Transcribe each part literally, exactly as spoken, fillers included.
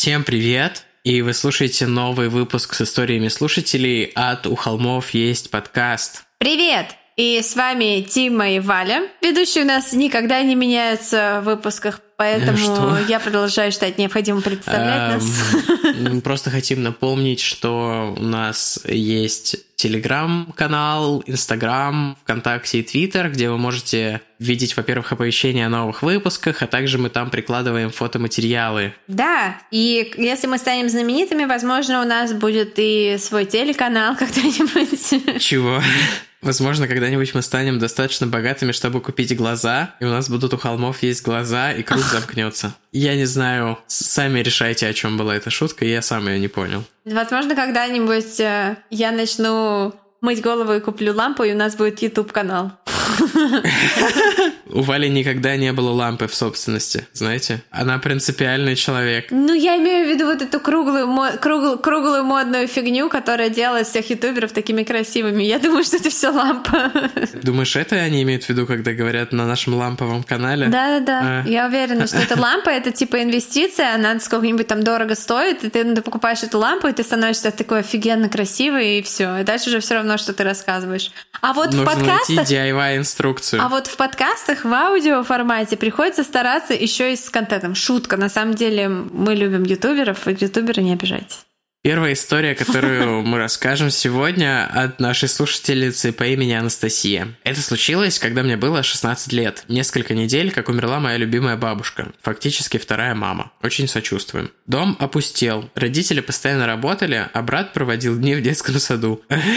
Всем привет! И вы слушаете новый выпуск с историями слушателей от «У холмов есть подкаст». Привет! И с вами Тима и Валя. Ведущие у нас никогда не меняются в выпусках, поэтому что? я продолжаю считать необходимым представлять нас. Просто хотим напомнить, что у нас есть Телеграм-канал, Инстаграм, ВКонтакте и Твиттер, где вы можете видеть, во-первых, оповещения о новых выпусках, а также мы там прикладываем фотоматериалы. Да, и если мы станем знаменитыми, возможно, у нас будет и свой телеканал когда-нибудь. Чего? Возможно, когда-нибудь мы станем достаточно богатыми, чтобы купить глаза, и у нас будут у холмов есть глаза, и круг замкнется. Я не знаю, сами решайте, о чем была эта шутка, я сам ее не понял. Возможно, когда-нибудь я начну мыть голову и куплю лампу, и у нас будет YouTube-канал. У Вали никогда не было лампы в собственности, знаете? Она принципиальный человек. Ну, я имею в виду вот эту круглую, мо- кругл- круглую модную фигню, которая делает всех ютуберов такими красивыми. Я думаю, что это все лампа. Думаешь, это они имеют в виду, когда говорят на нашем ламповом канале? Да-да-да. А. Я уверена, что эта лампа — это типа инвестиция, она сколько-нибудь там дорого стоит, и ты, ну, ты покупаешь эту лампу, и ты становишься такой офигенно красивый, и все. И дальше уже все равно, что ты рассказываешь. А вот Нужно в подкастах... найти ди ай вай-инструкцию. А вот в подкастах, в аудио формате приходится стараться еще и с контентом. Шутка. На самом деле мы любим ютуберов, и ютуберы, не обижайтесь. Первая история, которую мы расскажем сегодня, от нашей слушательницы по имени Анастасия. Это случилось, когда мне было шестнадцать лет. Несколько недель, как умерла моя любимая бабушка. Фактически вторая мама. Очень сочувствуем. Дом опустел. Родители постоянно работали, а брат проводил дни в детском саду.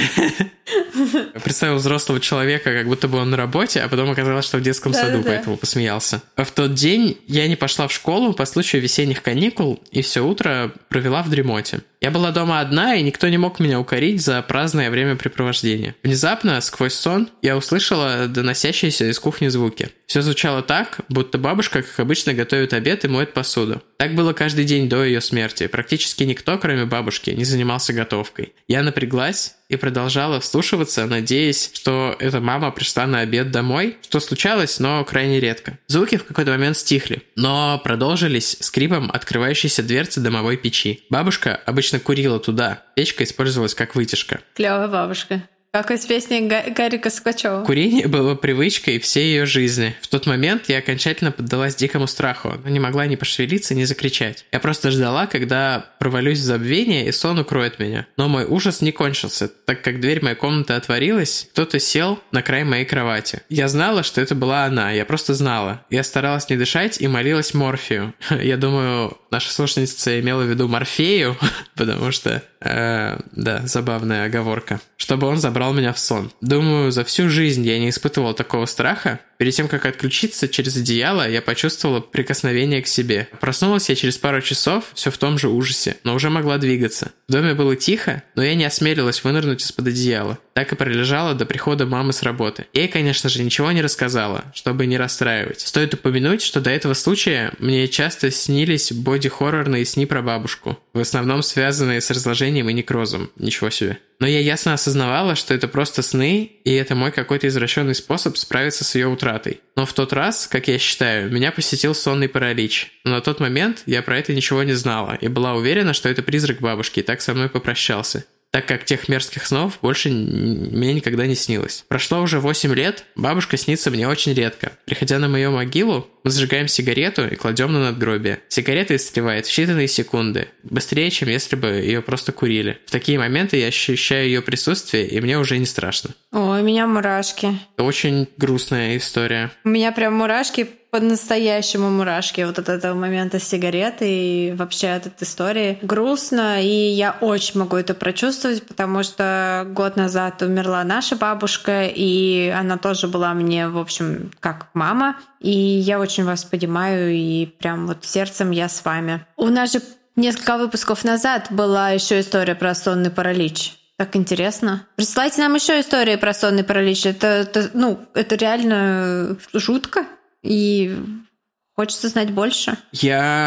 Представил взрослого человека, как будто бы он на работе, а потом оказалось, что в детском да, саду, да, поэтому посмеялся. А в тот день я не пошла в школу по случаю весенних каникул и все утро провела в дремоте. Я была дома одна, и никто не мог меня укорить за праздное времяпрепровождение. Внезапно, сквозь сон, я услышала доносящиеся из кухни звуки. Все звучало так, будто бабушка, как обычно, готовит обед и моет посуду. Так было каждый день до ее смерти. Практически никто, кроме бабушки, не занимался готовкой. Я напряглась и продолжала вслушиваться, надеясь, что эта мама пришла на обед домой, что случалось, но крайне редко. Звуки в какой-то момент стихли, но продолжились скрипом открывающейся дверцы домовой печи. Бабушка обычно курила туда, печка использовалась как вытяжка. Клевая бабушка. Как из песни Га- Гарика Сукачева. Курение было привычкой всей ее жизни. В тот момент я окончательно поддалась дикому страху, но не могла ни пошевелиться, ни закричать. Я просто ждала, когда провалюсь в забвение и сон укроет меня. Но мой ужас не кончился, так как дверь моей комнаты отворилась, кто-то сел на край моей кровати. Я знала, что это была она, я просто знала. Я старалась не дышать и молилась Морфею. Я думаю, наша слушательница имела в виду Морфею, потому что, э, да, забавная оговорка, чтобы он забрал меня в сон. Думаю, за всю жизнь я не испытывал такого страха. Перед тем, как отключиться через одеяло, я почувствовала прикосновение к себе. Проснулась я через пару часов, все в том же ужасе, но уже могла двигаться. В доме было тихо, но я не осмелилась вынырнуть из-под одеяла. Так и пролежала до прихода мамы с работы. Я ей, конечно же, ничего не рассказала, чтобы не расстраивать. Стоит упомянуть, что до этого случая мне часто снились боди-хоррорные сны про бабушку, в основном связанные с разложением и некрозом. Ничего себе. Но я ясно осознавала, что это просто сны, и это мой какой-то извращенный способ справиться с ее утратой. Но в тот раз, как я считаю, меня посетил сонный паралич. Но на тот момент я про это ничего не знала, и была уверена, что это призрак бабушки, и так со мной попрощался. Так как тех мерзких снов больше мне никогда не снилось. Прошло уже восемь лет, бабушка снится мне очень редко. Приходя на мою могилу, мы зажигаем сигарету и кладем на надгробие. Сигарета истлевает в считанные секунды, быстрее, чем если бы ее просто курили. В такие моменты я ощущаю ее присутствие, и мне уже не страшно. Ой, у меня мурашки. Это очень грустная история. У меня прям мурашки, по-настоящему мурашки вот от этого момента сигареты и вообще от этой истории. Грустно, и я очень могу это прочувствовать, потому что год назад умерла наша бабушка, и она тоже была мне, в общем, как мама. И я очень вас понимаю, и прям вот сердцем я с вами. У нас же несколько выпусков назад была еще история про сонный паралич. Так интересно. Присылайте нам еще истории про сонный паралич. Это, это, ну, это реально жутко. И хочется знать больше. Я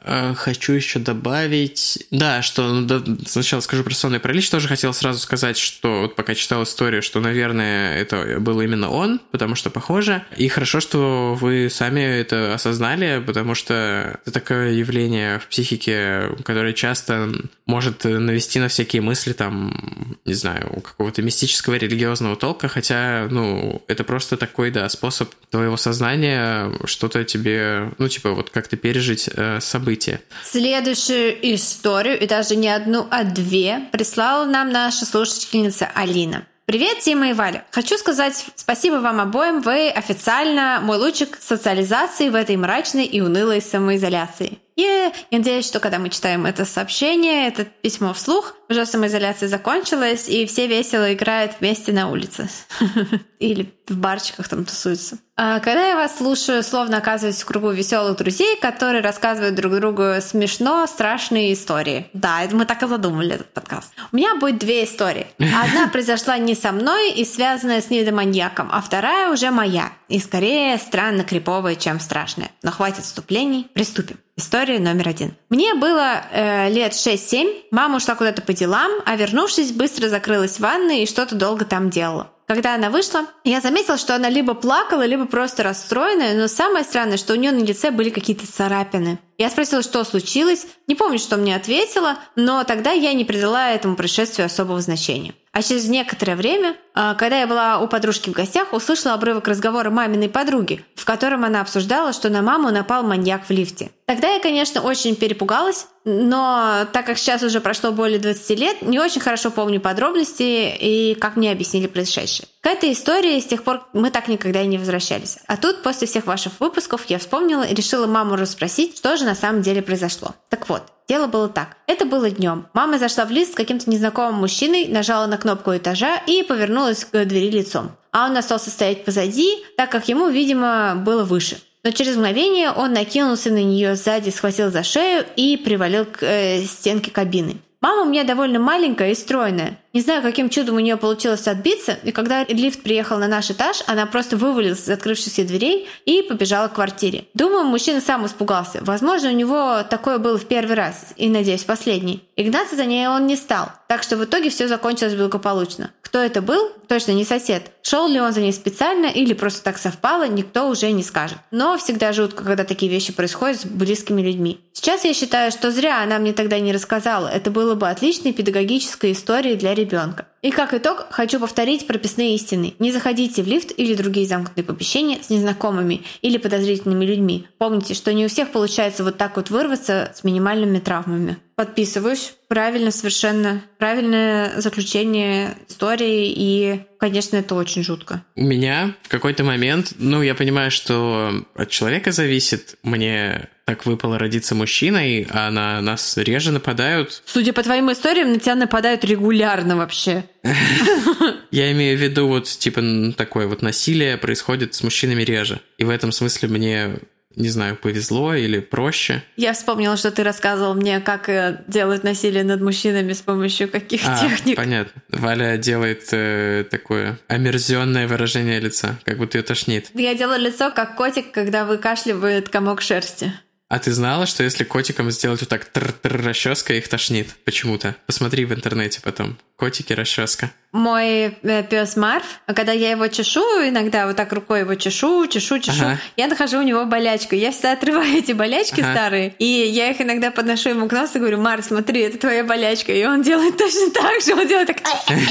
э, хочу еще добавить... Да, что ну, да, сначала скажу про сонный паралич. Тоже хотел сразу сказать, что вот пока читал историю, что, наверное, это был именно он, потому что похоже. И хорошо, что вы сами это осознали, потому что это такое явление в психике, которое часто может навести на всякие мысли, там, не знаю, какого-то мистического религиозного толка, хотя, ну, это просто такой, да, способ твоего сознания что-то тебе, ну, типа, вот как-то пережить э, события. Следующую историю, и даже не одну, а две, прислала нам наша слушательница Алина. Привет, Тима и Валя. Хочу сказать спасибо вам обоим. Вы официально мой лучик социализации в этой мрачной и унылой самоизоляции. И я надеюсь, что когда мы читаем это сообщение, это письмо вслух, уже самоизоляция закончилась, и все весело играют вместе на улице. Или в барчиках там тусуются. А когда я вас слушаю, словно оказываюсь в кругу веселых друзей, которые рассказывают друг другу смешно страшные истории. Да, мы так и задумали этот подкаст. У меня будет две истории. Одна произошла не со мной и связанная с недоманьяком, а вторая уже моя. И скорее странно криповая, чем страшная. Но хватит вступлений, приступим. История номер один. Мне было э, лет шесть-семь, мама ушла куда-то по делам, а вернувшись, быстро закрылась в ванной и что-то долго там делала. Когда она вышла, я заметила, что она либо плакала, либо просто расстроенная, но самое странное, что у нее на лице были какие-то царапины. Я спросила, что случилось, не помню, что мне ответила, но тогда я не придала этому происшествию особого значения. А через некоторое время, когда я была у подружки в гостях, услышала обрывок разговора маминой подруги, в котором она обсуждала, что на маму напал маньяк в лифте. Тогда я, конечно, очень перепугалась, но так как сейчас уже прошло более двадцати лет, не очень хорошо помню подробности и как мне объяснили происшедшее. К этой истории с тех пор мы так никогда и не возвращались. А тут, после всех ваших выпусков, я вспомнила и решила маму расспросить, что же на самом деле произошло. Так вот, дело было так. Это было днем. Мама зашла в лифт с каким-то незнакомым мужчиной, нажала на кнопку этажа и повернулась к двери лицом. А он остался стоять позади, так как ему, видимо, было выше. Но через мгновение он накинулся на нее сзади, схватил за шею и привалил к э, стенке кабины. Мама у меня довольно маленькая и стройная. Не знаю, каким чудом у нее получилось отбиться, и когда лифт приехал на наш этаж, она просто вывалилась из открывшихся дверей и побежала к квартире. Думаю, мужчина сам испугался. Возможно, у него такое было в первый раз, и, надеюсь, последний. И гнаться за ней он не стал, так что в итоге все закончилось благополучно. Кто это был? Точно не сосед. Шел ли он за ней специально или просто так совпало, никто уже не скажет. Но всегда жутко, когда такие вещи происходят с близкими людьми. Сейчас я считаю, что зря она мне тогда не рассказала. Это было бы отличной педагогической историей для ребенка. И как итог, хочу повторить прописные истины. Не заходите в лифт или другие замкнутые помещения с незнакомыми или подозрительными людьми. Помните, что не у всех получается вот так вот вырваться с минимальными травмами. Подписываюсь. Правильно, совершенно правильное заключение истории, и, конечно, это очень жутко. У меня в какой-то момент, ну, я понимаю, что от человека зависит. Мне так выпало родиться мужчиной, а на нас реже нападают. Судя по твоим историям, на тебя нападают регулярно вообще. Я имею в виду вот, типа, такое вот насилие происходит с мужчинами реже. И в этом смысле мне... Не знаю, повезло или проще. Я вспомнила, что ты рассказывал мне, как делать насилие над мужчинами с помощью каких а, техник. Понятно. Валя делает э, такое омерзенное выражение лица, как будто ее тошнит. Я делаю лицо, как котик, когда выкашливает комок шерсти. А ты знала, что если котикам сделать вот так тр-тр расческа, их тошнит почему-то? Посмотри в интернете потом. Котики расческа. Мой э, пес Марф, когда я его чешу, иногда вот так рукой его чешу, чешу, чешу, ага. Я нахожу у него болячку. Я всегда отрываю эти болячки ага. старые, и я их иногда подношу ему к носу и говорю: Марф, смотри, это твоя болячка. И он делает точно так же, он делает так...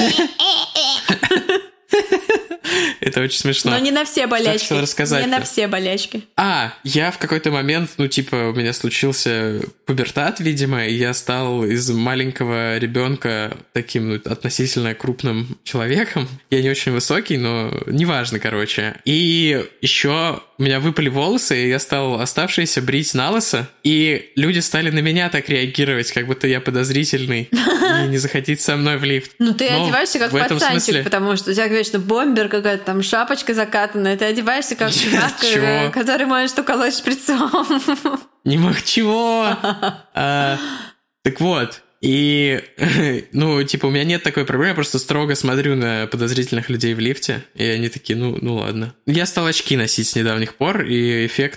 Это очень смешно. Но не на все болячки. Не на все болячки. А, я в какой-то момент, ну, типа, у меня случился пубертат, видимо, и я стал из маленького ребенка таким, ну, относительно крупным человеком. Я не очень высокий, но неважно, короче. И еще у меня выпали волосы, и я стал оставшиеся брить на лысо, и люди стали на меня так реагировать, как будто я подозрительный, и не захотите со мной в лифт. Ну, ты одеваешься как пацанчик, потому что у тебя, конечно, бомбер, какая-то там шапочка закатанная, ты одеваешься как чувак, который можешь уколоть шприцом. Не мог чего. Так вот. И, ну, типа, у меня нет такой проблемы, я просто строго смотрю на подозрительных людей в лифте, и они такие, ну, ну ладно. Я стал очки носить с недавних пор, и эффект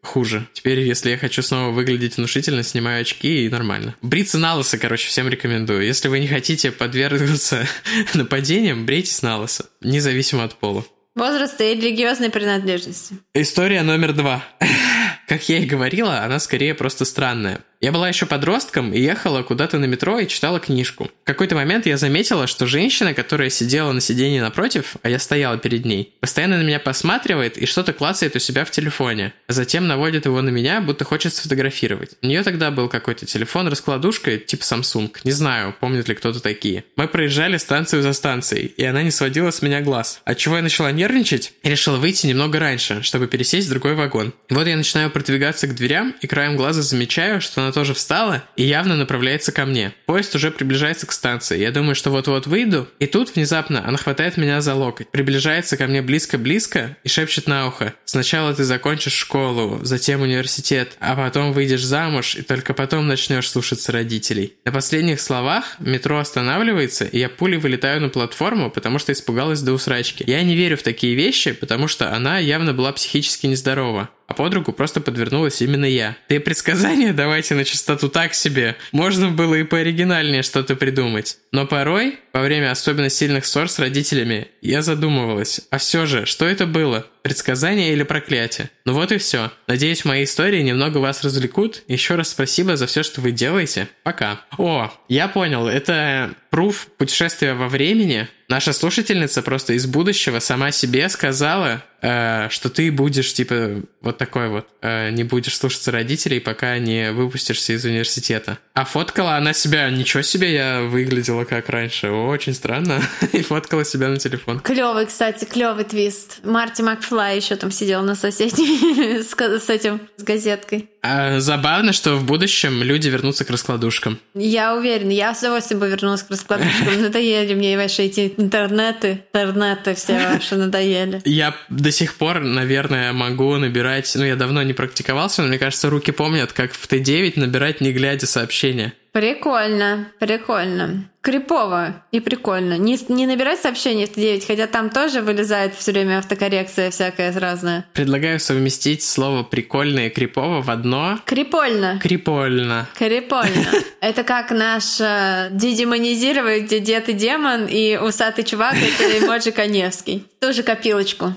хуже. Теперь, если я хочу снова выглядеть внушительно, снимаю очки и нормально. Бриться на лысо, короче, всем рекомендую. Если вы не хотите подвергнуться нападениям, брейтесь на лысо, независимо от пола. Возраста и религиозной принадлежности. История номер два. Как я и говорила, она скорее просто странная. Я была еще подростком и ехала куда-то на метро и читала книжку. В какой-то момент я заметила, что женщина, которая сидела на сиденье напротив, а я стояла перед ней, постоянно на меня посматривает и что-то клацает у себя в телефоне, а затем наводит его на меня, будто хочет сфотографировать. У нее тогда был какой-то телефон-раскладушка, типа Samsung. Не знаю, помнит ли кто-то такие. Мы проезжали станцию за станцией, и она не сводила с меня глаз. Отчего я начала нервничать и решила выйти немного раньше, чтобы пересесть в другой вагон. И вот я начинаю продвигаться к дверям и краем глаза замечаю, что она тоже встала и явно направляется ко мне. Поезд уже приближается к станции. Я думаю, что вот-вот выйду, и тут внезапно она хватает меня за локоть, приближается ко мне близко-близко и шепчет на ухо: «Сначала ты закончишь школу, затем университет, а потом выйдешь замуж, и только потом начнешь слушаться родителей». На последних словах метро останавливается, и я пулей вылетаю на платформу, потому что испугалась до усрачки. Я не верю в такие вещи, потому что она явно была психически нездорова. А под руку просто подвернулась именно я. Да и предсказания давайте на чистоту так себе. Можно было и пооригинальнее что-то придумать. Но порой, во время особенно сильных ссор с родителями, я задумывалась, а все же, что это было? Предсказание или проклятие? Ну вот и все. Надеюсь, мои истории немного вас развлекут. Еще раз спасибо за все, что вы делаете. Пока. О, я понял, это пруф путешествия во времени. Наша слушательница просто из будущего сама себе сказала, э, что ты будешь, типа, вот такой вот, э, не будешь слушаться родителей, пока не выпустишься из университета. А фоткала она себя, ничего себе, я выглядела как раньше, очень странно, и фоткала себя на телефон. Клевый, кстати, клевый твист. Марти Макфлай еще там сидел на соседней с этим, с газеткой. А, забавно, что в будущем люди вернутся к раскладушкам. Я уверена, я с удовольствием бы вернулась к раскладушкам. Надоели мне ваши эти интернеты, интернеты все ваши надоели. Я до сих пор, наверное, могу набирать, ну, я давно не практиковался, но мне кажется, руки помнят, как в Т девять набирать, не глядя, сообщения. Прикольно, прикольно. Крипово и прикольно. Не, не набирать сообщения в Т девять, хотя там тоже вылезает все время автокоррекция всякая разная. Предлагаю совместить слово «прикольно» и «крипово» в одно. Крипольно. Крипольно. Крипольно. Это как наш дедемонизировать, где дед и демон, и усатый чувак — это эмоджи Каневский. Тоже копилочку.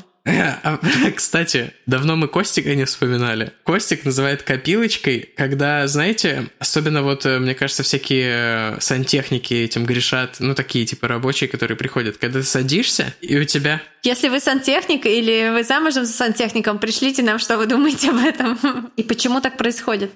Кстати, давно мы Костика не вспоминали. Костик называет копилочкой, когда, знаете, особенно вот, мне кажется, всякие сантехники этим грешат, ну, такие, типа, рабочие, которые приходят, когда ты садишься, и у тебя... Если вы сантехник или вы замужем за сантехником, пришлите нам, что вы думаете об этом. И почему так происходит.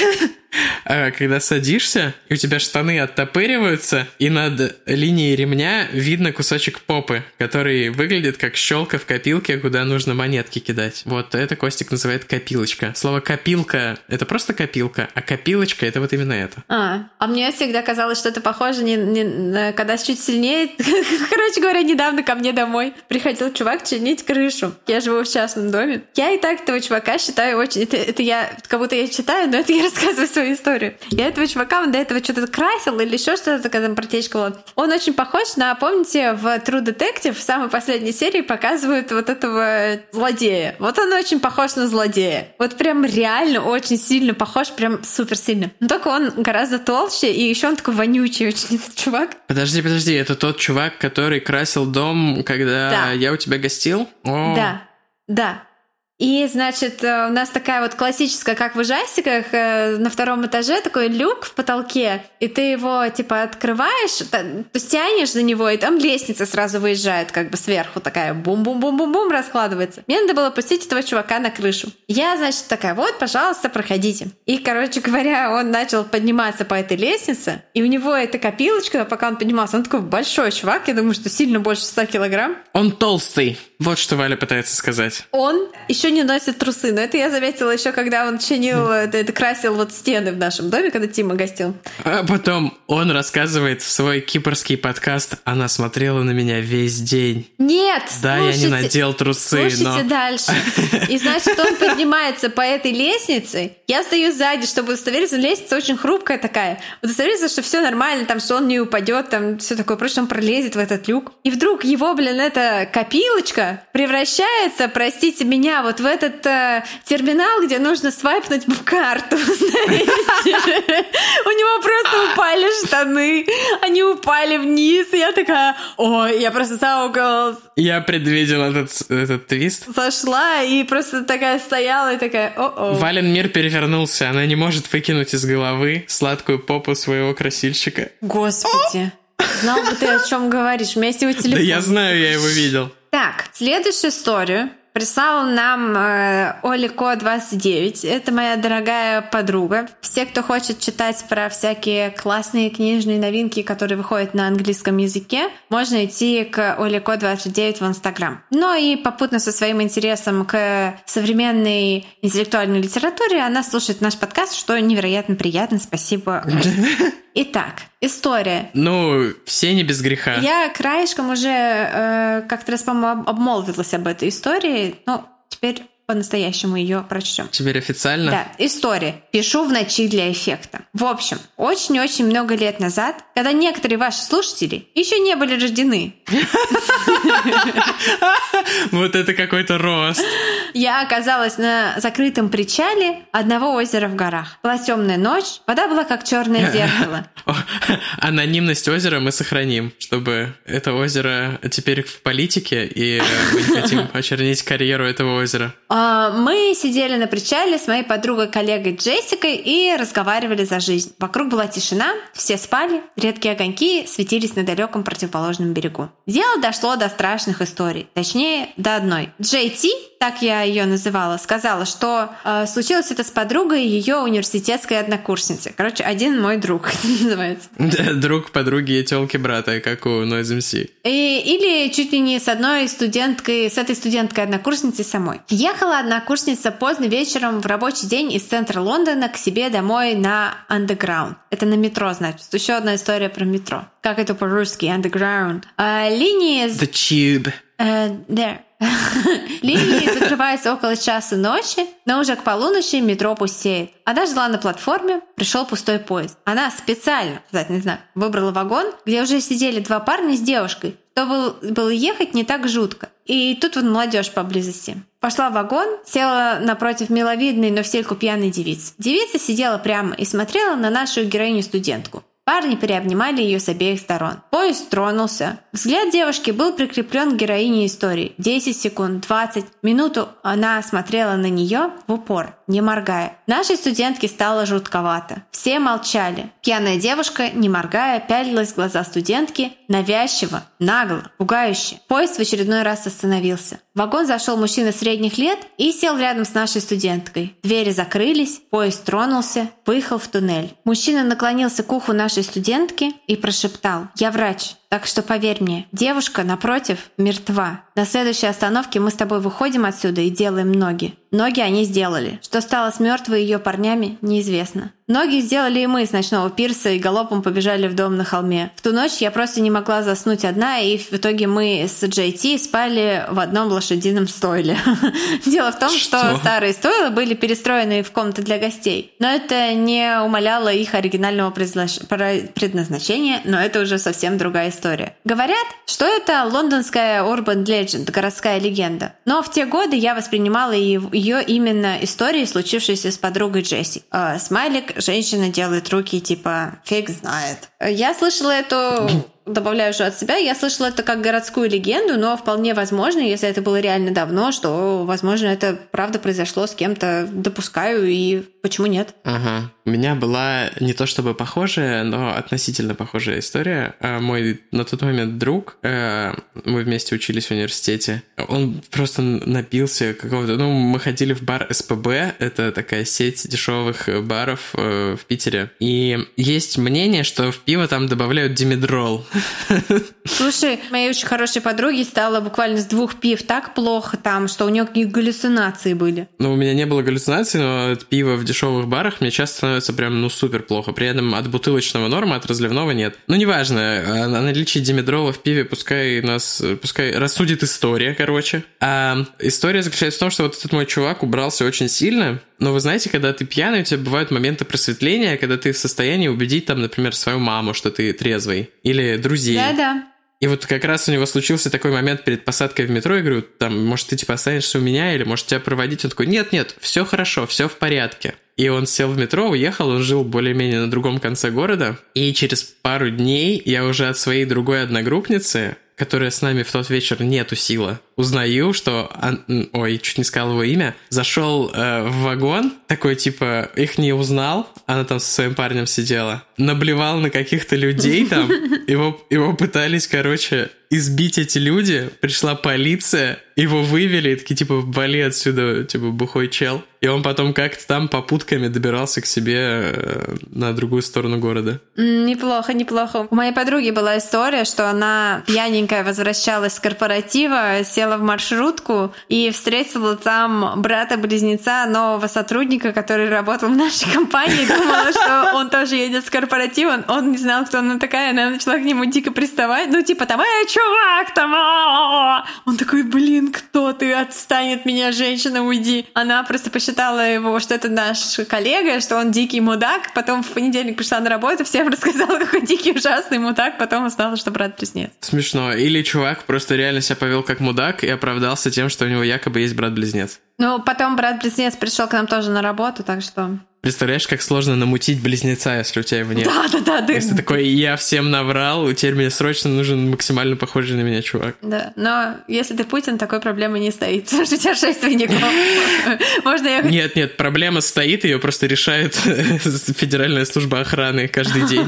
Когда садишься, и у тебя штаны оттопыриваются, и над линией ремня видно кусочек попы, который выглядит как щелка в копилке, куда нужно монетки кидать. Вот это Костик называет копилочка. Слово «копилка» — это просто копилка, а копилочка — это вот именно это. А, а мне всегда казалось, что это похоже, не, не, когда чуть сильнее... Короче говоря, недавно ко мне домой приходил чувак чинить крышу. Я живу в частном доме. Я и так этого чувака считаю очень... Это, это я... Как будто я читаю, но это я рассказываю свою историю. Я этого чувака, он до этого что-то красил или еще что-то, когда там протечка была. Он очень похож на, помните, в True Detective в самой последней серии показывают вот этого злодея. Вот он очень похож на злодея. Вот прям реально очень сильно похож, прям супер сильно. Но только он гораздо толще, и еще он такой вонючий очень этот чувак. Подожди, подожди, это тот чувак, который красил дом, когда да. я у тебя гостил? О. Да, да. И, значит, у нас такая вот классическая, как в ужастиках, на втором этаже такой люк в потолке, и ты его, типа, открываешь, то есть тянешь за него, и там лестница сразу выезжает, как бы сверху такая бум-бум-бум-бум-бум раскладывается. Мне надо было пустить этого чувака на крышу. Я, значит, такая, вот, пожалуйста, проходите. И, короче говоря, он начал подниматься по этой лестнице, и у него эта копилочка, пока он поднимался, он такой большой чувак, я думаю, что сильно больше ста килограмм. Он толстый. Вот что Валя пытается сказать. Он еще не носит трусы, но это я заметила еще, когда он чинил, это, это красил вот стены в нашем доме, когда Тима гостил. А потом он рассказывает в свой кипрский подкаст: она смотрела на меня весь день. Нет, да, слушайте, я не надел трусы, слушайте но... дальше. И значит, он поднимается по этой лестнице. Я стою сзади, чтобы удостовериться, лестница очень хрупкая такая. Удостовериться, что все нормально, там, что он не упадет, там все такое, просто он пролезет в этот люк. И вдруг его, блин, эта копилочка превращается, простите меня, вот вот в этот э, терминал, где нужно свайпнуть в карту, знаете. У него просто упали штаны, они упали вниз, и я такая, ой, я просто заукололась. Я предвидел этот, этот твист. Сошла и просто такая стояла и такая, о-о. Вален мир перевернулся, она не может выкинуть из головы сладкую попу своего красильщика. Господи, знал бы ты, о чем говоришь, у меня есть его телефон. Да я знаю, я его видел. Так, следующую историю прислал нам э, Олико двадцать девять. Это моя дорогая подруга. Все, кто хочет читать про всякие классные книжные новинки, которые выходят на английском языке, можно идти к Олико двадцать девять в Инстаграм. Но и попутно со своим интересом к современной интеллектуальной литературе она слушает наш подкаст, что невероятно приятно. Спасибо. Итак, история. Ну, все не без греха. Я краешком уже э, как-то раз, по-моему, обмолвилась об этой истории, но теперь по-настоящему ее прочтем. Теперь официально? Да, история. Пишу в ночи для эффекта. В общем, очень-очень много лет назад, когда некоторые ваши слушатели еще не были рождены. Вот это какой-то рост. Я оказалась на закрытом причале одного озера в горах. Была темная ночь, вода была как черное зеркало. Анонимность озера мы сохраним, чтобы это озеро теперь в политике, и мы не хотим очернить карьеру этого озера. Мы сидели на причале с моей подругой-коллегой Джессикой и разговаривали за жизнь. Вокруг была тишина, все спали, редкие огоньки светились на далеком противоположном берегу. Дело дошло до страшных историй, точнее, до одной. Джей Ти, так я ее называла, сказала, что э, случилось это с подругой ее университетской однокурсницы. Короче, один мой друг называется. Друг подруги и тёлки брата, как у Noise эм си. И, или чуть ли не с одной студенткой, с этой студенткой-однокурсницей самой. Ехала однокурсница поздно вечером в рабочий день из центра Лондона к себе домой на Underground. Это на метро, значит. Еще одна история про метро. Как это по-русски? Underground. А, линии... The Tube. Uh, there. Линии закрываются около часа ночи, но уже к полуночи метро пустеет. Она жила на платформе, пришел пустой поезд. Она специально, кстати, не знаю, выбрала вагон, где уже сидели два парня с девушкой, чтобы было ехать не так жутко. И тут вот молодежь поблизости. Пошла в вагон, села напротив миловидной, но в стельку пьяной девицы. Девица сидела прямо и смотрела на нашу героиню-студентку. Парни переобнимали ее с обеих сторон. Поезд тронулся. Взгляд девушки был прикреплен к героине истории. десять секунд, двадцать, минуту она смотрела на нее в упор, не моргая. Нашей студентке стало жутковато. Все молчали. Пьяная девушка, не моргая, пялилась в глаза студентки, навязчиво, нагло, пугающе. Поезд в очередной раз остановился. В вагон зашел мужчина средних лет и сел рядом с нашей студенткой. Двери закрылись, поезд тронулся, выехал в туннель. Мужчина наклонился к уху нашей студентки и прошептал: «Я врач, так что поверь мне, девушка, напротив, мертва. На следующей остановке мы с тобой выходим отсюда и делаем ноги». Ноги они сделали. Что стало с мертвой ее парнями, неизвестно. Ноги сделали и мы с ночного пирса и галопом побежали в дом на холме. В ту ночь я просто не могла заснуть одна, и в итоге мы с Джей Ти спали в одном лошадином стойле. Дело в том, что? что старые стойла были перестроены в комнаты для гостей. Но это не умаляло их оригинального предназначения, но это уже совсем другая история. Говорят, что это лондонская urban legend, городская легенда. Но в те годы я воспринимала ее именно историей, случившейся с подругой Джесси. Э, смайлик, женщина делает руки типа «фиг знает». Я слышала эту... Добавляю уже от себя, я слышала это как городскую легенду, но вполне возможно, если это было реально давно, что, возможно, это правда произошло с кем-то, допускаю, и почему нет? Ага. У меня была не то чтобы похожая, но относительно похожая история. Мой на тот момент друг, мы вместе учились в университете, он просто напился какого-то... Ну, мы ходили в бар эс пэ бэ, это такая сеть дешевых баров в Питере, и есть мнение, что в пиво там добавляют димедрол. Слушай, моей очень хорошей подруге стало буквально с двух пив так плохо там, что у нее какие галлюцинации были. Ну, у меня не было галлюцинаций, но от пива в дешевых барах мне часто становится прям, ну, супер плохо. При этом от бутылочного норма, от разливного нет. Ну, неважно, о наличии димедрола в пиве пускай нас, пускай рассудит история, короче. А история заключается в том, что вот этот мой чувак убрался очень сильно. Но вы знаете, когда ты пьяный, у тебя бывают моменты просветления, когда ты в состоянии убедить, там, например, свою маму, что ты трезвый, или друзей. Да-да. И вот как раз у него случился такой момент перед посадкой в метро, я говорю, там, может, ты типа останешься у меня, или может тебя проводить? Он такой, нет-нет, все хорошо, все в порядке. И он сел в метро, уехал, он жил более-менее на другом конце города. И через пару дней я уже от своей другой одногруппницы, которая с нами в тот вечер не тусила, узнаю, что... Он, ой, чуть не сказал его имя. Зашел э, в вагон, такой типа, их не узнал, она там со своим парнем сидела. Наблевал на каких-то людей там, его, его пытались, короче, избить эти люди. Пришла полиция, его вывели, и такие, типа, вали отсюда, типа, бухой чел. И он потом как-то там попутками добирался к себе э, на другую сторону города. Неплохо, неплохо. У моей подруги была история, что она пьяненькая возвращалась с корпоратива, села в маршрутку и встретила там брата-близнеца нового сотрудника, который работал в нашей компании, думала, что он тоже едет с корпоратива, он не знал, кто она такая, она начала к нему дико приставать, ну типа там, эй, чувак, там, а-а-а! Он такой, блин, кто ты, отстань от меня, женщина, уйди. Она просто посчитала его, что это наш коллега, что он дикий мудак, потом в понедельник пришла на работу, всем рассказала, какой дикий ужасный мудак, потом узнала, что брат-близнец. Смешно. Или чувак просто реально себя повел как мудак и оправдался тем, что у него якобы есть брат-близнец. Ну, потом брат-близнец пришел к нам тоже на работу, так что... Представляешь, как сложно намутить близнеца, если у тебя его нет. Да, да, да, да. Если такой, я всем наврал, теперь мне срочно нужен максимально похожий на меня чувак. Да, но если ты Путин, такой проблемы не стоит, потому что у тебя шесть двойников. Можно ехать? Нет, нет, проблема стоит, ее просто решает Федеральная служба охраны каждый день.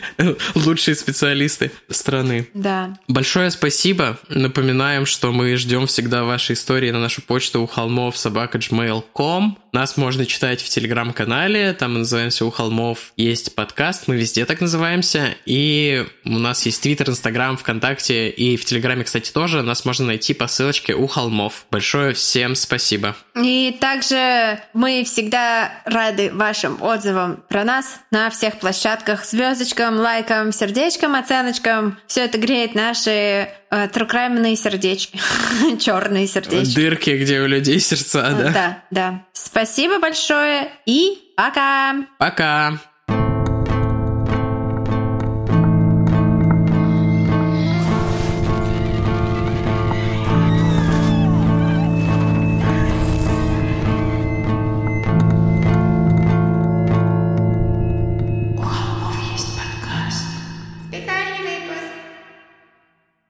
Лучшие специалисты страны. Да. Большое спасибо. Напоминаем, что мы ждем всегда ваши истории на нашу почту у холмов собака джи мейл точка ком. Нас можно читать в телеграм-канале, там мы называемся «У холмов». Есть подкаст, мы везде так называемся. И у нас есть Твиттер, Инстаграм, ВКонтакте и в Телеграме, кстати, тоже. Нас можно найти по ссылочке «У холмов». Большое всем спасибо. И также мы всегда рады вашим отзывам про нас на всех площадках. Звездочкам, лайкам, сердечкам, оценочкам. Все это греет наши э, трукраймные сердечки. Черные сердечки. Дырки, где у людей сердца, да? Да, да. Спасибо большое и пока! Пока!